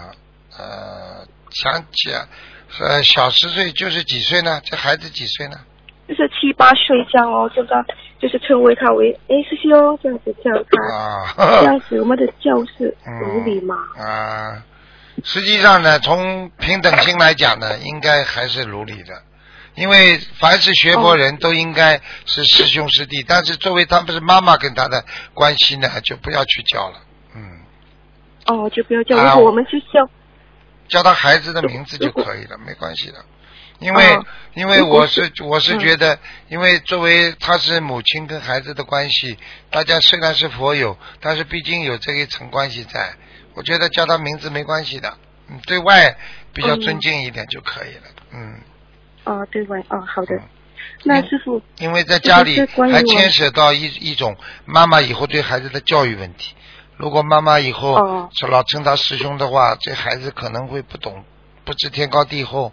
想起小10岁就是几岁呢？这孩子几岁呢？ 就是7、8岁这样叫他，就是称为他为师兄这样子叫他。这样子我们的教是如理吗？ 实际上呢，从平等心来讲呢，应该还是如理的。因为凡是学佛人都应该是师兄师弟，但是作为他们是妈妈跟他的关系呢，就不要去叫了。 就不要叫，如果我们去叫他孩子的名字就可以了，没关系的。因为我是觉得，因为作为他是母亲跟孩子的关系，大家虽然是佛友，但是毕竟有这一层关系在，我觉得叫他名字没关系的，对外比较尊敬一点就可以了。 对外好的。那师父， 因为在家里还牵涉到一种妈妈以后对孩子的教育问题。如果妈妈以后老称他师兄的话，这孩子可能会不懂，不知天高地厚。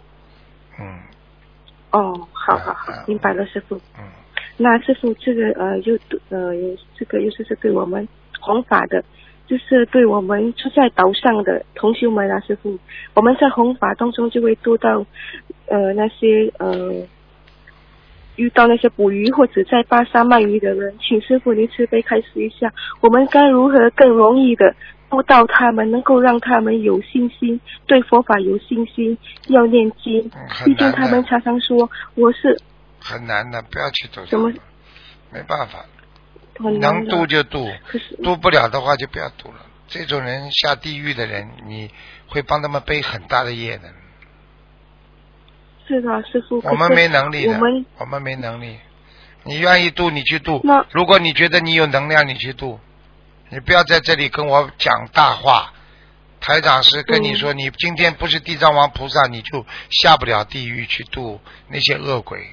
好，明白了，师父。那师父这个这个又是对我们弘法的， 就是对我们住在岛上的同修们啊，师父，我们在弘法当中就会度到那些遇到那些捕鱼或者在巴沙卖鱼的人，请师父您慈悲开示一下，我们该如何更容易的度到他们，能够让他们有信心，对佛法有信心，要念经。毕竟他们常常说我是很难的，不要去度。 什么？ 没办法，能度就度，度不了的话就不要度了。这种人下地狱的人，你会帮他们背很大的业的。 是的，师父。 我们没能力的，我们没能力。你愿意度你去度，如果你觉得你有能量，你去度。你不要在这里跟我讲大话。台长是跟你说，你今天不是地藏王菩萨，你就下不了地狱去度那些恶鬼。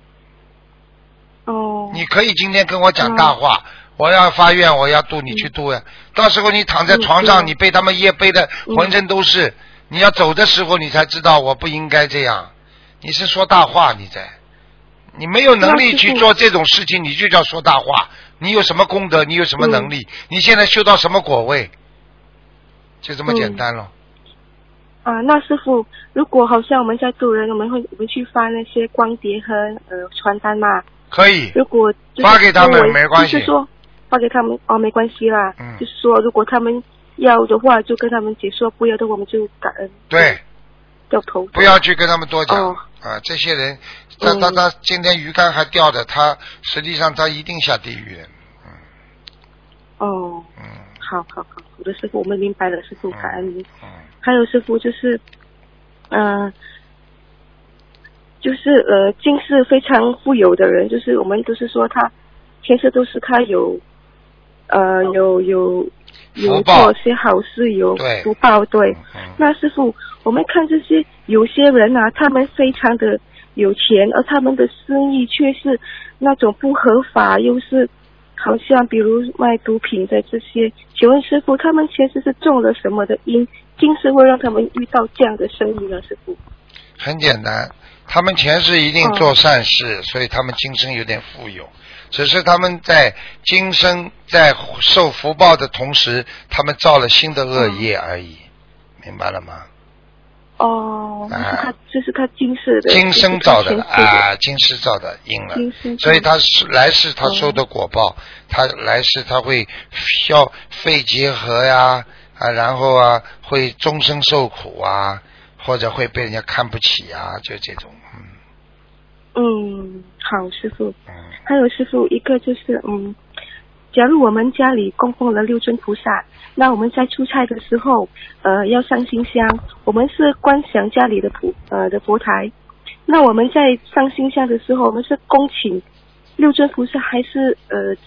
哦。 你可以今天跟我讲大话，我要发愿，我要度你去度呀。到时候你躺在床上，你被他们业背的浑身都是，你要走的时候你才知道我不应该这样。你是说大话，你没有能力去做这种事情，你就叫说大话。你有什么功德，你有什么能力，你现在修到什么果位，就这么简单了。 那师父，如果好像我们在度人，我们去发那些光碟和传单嘛？ 可以。 如果发给他们没关系。 就是说发给他们没关系啦。就是说如果他们要的话，就跟他们解说；不要的话，我们就感恩。 对。 掉头。 不要去跟他们多讲。这些人，他今天鱼竿还钓的，他实际上他一定下地狱的。 好，我的师父，我们明白了，师父，感恩您。还有师父就是今世非常富有的人，就是我们都是说他前世都是他有做些好事，有福报，对。那师父，我们看这些有些人啊，他们非常的有钱，而他们的生意却是那种不合法，又是好像比如卖毒品的这些，请问师父，他们前世是种了什么的因，今世会让他们遇到这样的生意呢？师父？ 很简单，他们前世一定做善事，所以他们今生有点富有，只是他们在今生在受福报的同时，他们造了新的恶业而已，明白了吗？ 就是他今世的今生造的今世造的因了，所以他来世他受的果报，他来世他会消肺结核呀然后会终生受苦或者会被人家看不起就这种。 好，师父。还有师父，一个就是假如我们家里供奉了六尊菩萨，那我们在出差的时候要上新香，我们是观想家里的佛台，那我们在上新香的时候，我们是恭请六尊菩萨，还是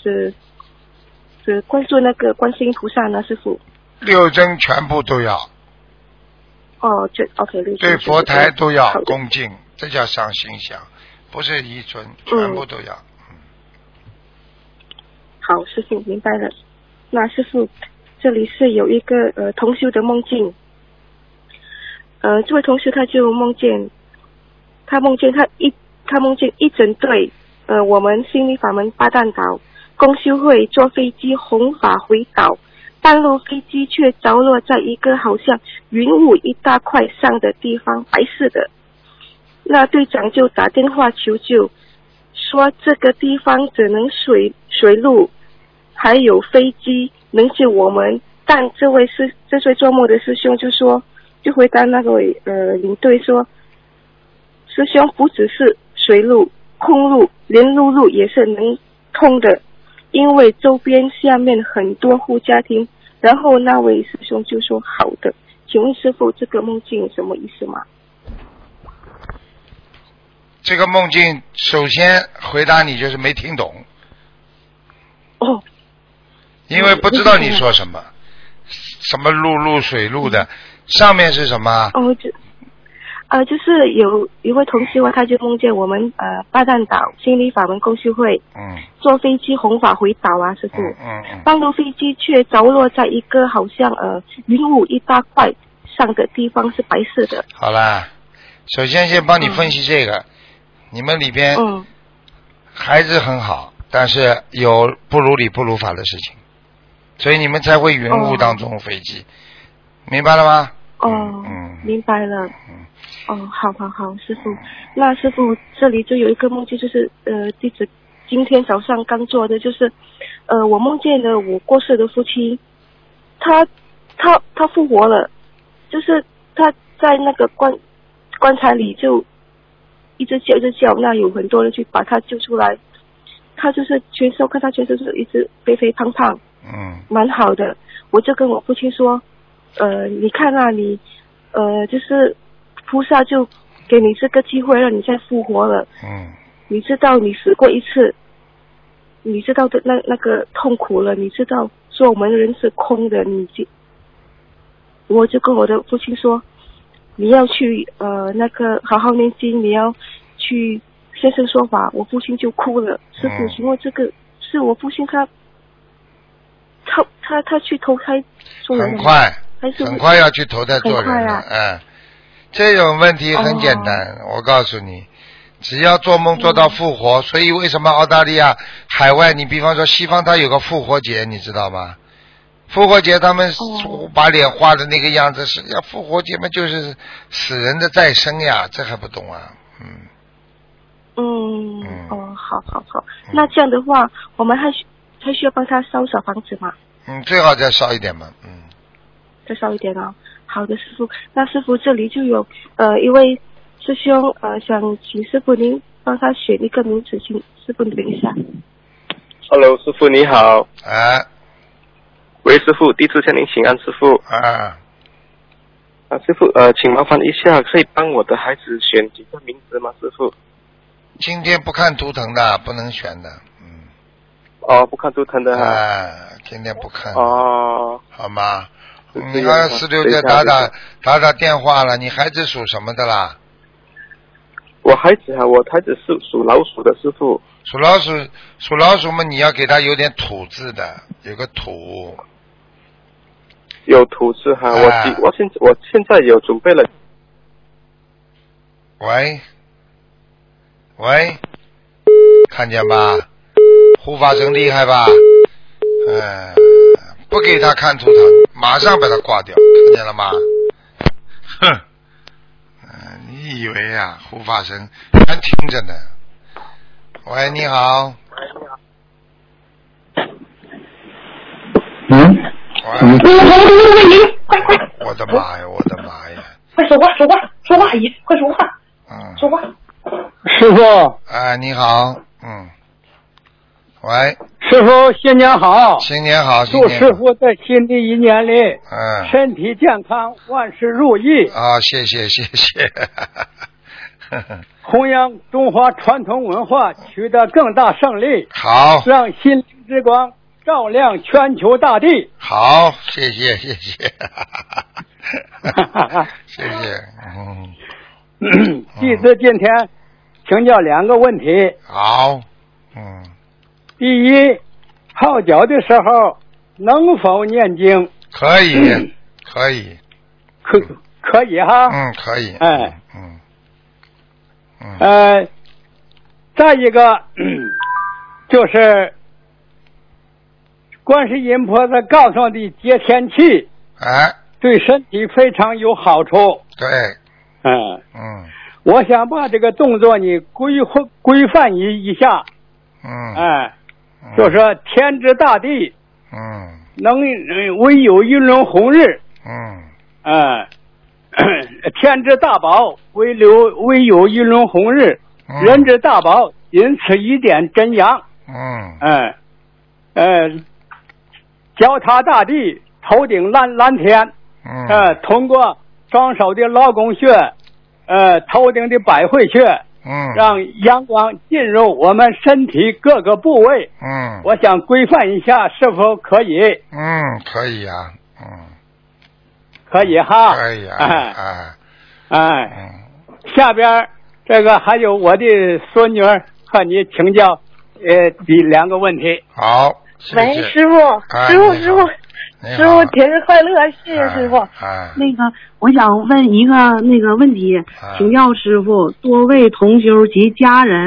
只关注那个观世音菩萨呢？师父？ 六尊全部都要。 就 OK， 六尊对佛台都要恭敬，这叫上新香，不是一尊，全部都要。 好，师父明白了。那师父，这里是有一个同修的梦境。这位同修他就梦见一整队我们心灵法门巴旦岛公修会坐飞机弘法回岛，半路飞机却着落在一个好像云雾一大块上的地方，白色的。那队长就打电话求救，说这个地方只能水路还有飞机能救我们，但这位做梦的师兄就回答那位领队说，师兄不只是水路空路，连陆路也是能通的，因为周边下面很多户家庭。然后那位师兄就说好的。请问师父，这个梦境有什么意思吗？ 这个梦境首先回答你就是没听懂。因为不知道你说什么，什么陆水路的，上面是什么？ 就是有一位同修他就梦见我们巴旦岛心理法门共修会坐飞机弘法回岛师父。半路飞机却着落在一个好像云雾一大块上的地方，是白色的。 好啦，首先帮你分析这个，你们里边孩子很好，但是有不如理不如法的事情。 所以你们才会云雾当中飞机，明白了吗？ 明白了。好，师父。那师父这里就有一个梦境，就是弟子今天早上刚做的，就是我梦见了我过世的父亲，他复活了，就是他在那个棺材里就一直叫，那有很多人去把他救出来，他就是全身看他全身是一直肥肥胖胖，蛮好的。我就跟我父亲说，你看啊，你就是菩萨就给你这个机会让你再复活了，你知道你死过一次，你知道的那个痛苦了，你知道说我们人是空的，我就跟我的父亲说，你要去那个好好念经，你要去现身说法。我父亲就哭了。师父，请问这个是我父亲他去投胎做人吗？很快要去投胎做人了。这种问题很简单，我告诉你，只要做梦做到复活，所以为什么澳大利亚海外，你比方说西方它有个复活节，你知道吗？复活节他们把脸画的那个样子，实际上复活节嘛就是死人的再生呀，这还不懂啊？ 好。那这样的话，我们还需要帮他烧小房子吗？ 最好再烧一点嘛。 再烧一点哦。好的，师父。那师父这里就有一位师兄想请师父您帮他选一个名字，请师父你等一下。 Hello， 师父你好。喂，师父，弟子向您请安，师父。师父，请麻烦一下，可以帮我的孩子选几个名字吗，师父？ 今天不看图腾的，不能选的。 不看图腾的。 今天不看。好吗？你刚46再打电话了，你孩子属什么的啦？ 我孩子是属老鼠的，师父。 属老鼠嘛，你要给他有点土字的，有个土。 有土字哈，我现在有准备了。 喂，看见吧？护法神厉害吧？不给他看图腾，马上把他挂掉，看见了吗？哼，你以为啊，护法神还听着呢。喂，你好。我的妈呀！ 快说话，阿姨，快说话。说话。 师傅。 你好。喂。 师傅，新年好！ 新年好！ 祝师傅在新的一年里，身体健康，万事如意。 谢谢。 弘扬中华传统文化，取得更大胜利。 好， 让心灵之光照亮全球大地。 好，谢谢。谢谢。 弟子今天请教2个问题。 好。 第一，泡脚的时候能否念经？ 可以。可以哈。 可以。 再一个就是观世音菩萨告诉的接天气，对身体非常有好处。 对。 我想把这个动作呢规范一下。就说天之大地，能唯有一轮红日，天之大宝唯有一轮红日，人之大宝因此一点真阳，脚踏大地，头顶蓝天，通过双手的劳宫穴，头顶的百会穴。让阳光进入我们身体各个部位。我想规范一下，是否可以？ 可以啊。 可以哈。 可以啊。 下边这个还有我的孙女儿和你请教2个问题。 好。 喂，师傅，师傅，节日快乐！谢谢师傅。那个，我想问一个问题，请教师傅，多位同修及家人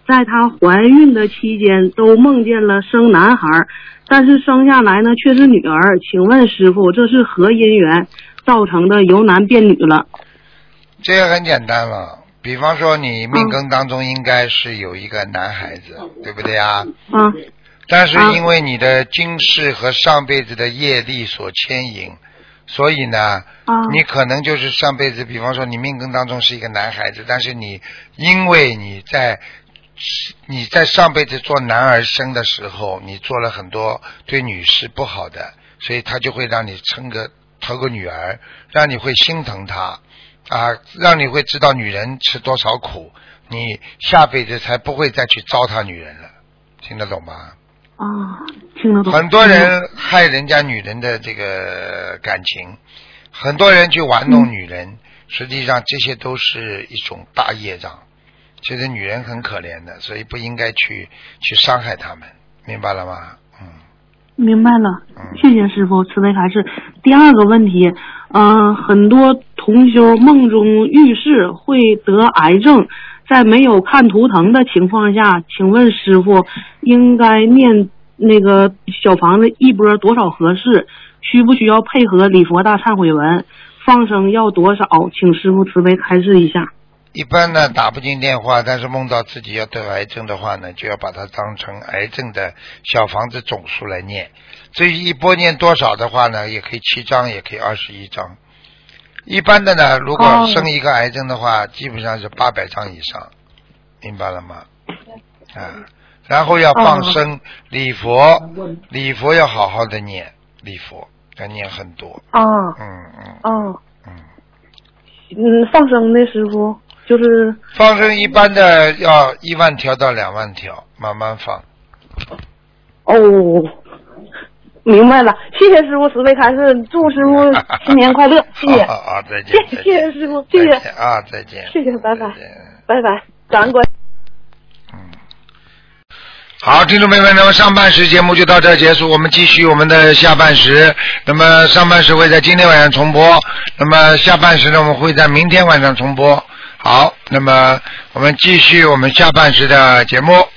在她怀孕的期间都梦见了生男孩，但是生下来呢却是女儿，请问师父，这是何因缘造成的由男变女了？ 这个很简单了，比方说你命根当中应该是有一个男孩子，对不对啊？但是因为你的今世和上辈子的业力所牵引，所以呢，你可能就是上辈子，比方说你命根当中是一个男孩子，但是你因为你在上辈子做男儿生的时候，你做了很多对女士不好的，所以他就会让你投个女儿，让你会心疼她让你会知道女人吃多少苦，你下辈子才不会再去糟蹋女人了，听得懂吗？ 听得懂。 很多人害人家女人的这个感情，很多人去玩弄女人，实际上这些都是一种大业障。其实女人很可怜的，所以不应该去伤害她们，明白了吗？ 明白了，谢谢师父慈悲开示。第二个问题，很多同修梦中遇事会得癌症，在没有看图腾的情况下，请问师父应该念那个小房子一波多少合适？需不需要配合礼佛大忏悔文？放生要多少？请师父慈悲开示一下。 一般呢打不进电话，但是梦到自己要得癌症的话呢，就要把它当成癌症的小房子总数来念。至于一波念多少的话呢，也可以7张，也可以21张。一般的呢，如果生一个癌症的话，基本上是800张以上，明白了吗？然后要放生礼佛要好好的念，礼佛要念很多。 放生的师父就是放生一般的要1万条到2万条，慢慢放。 明白了，谢谢师父慈悲开示，祝师父新年快乐，谢谢。 再见。 谢谢师父，谢谢。 再见。 谢谢，拜拜，拜拜，感恩观。 好，听众朋友们，那么上半时节目就到这结束，我们继续我们的下半时。那么上半时会在今天晚上重播，那么下半时呢，我们会在明天晚上重播。好，那么我们继续我们下半时的节目。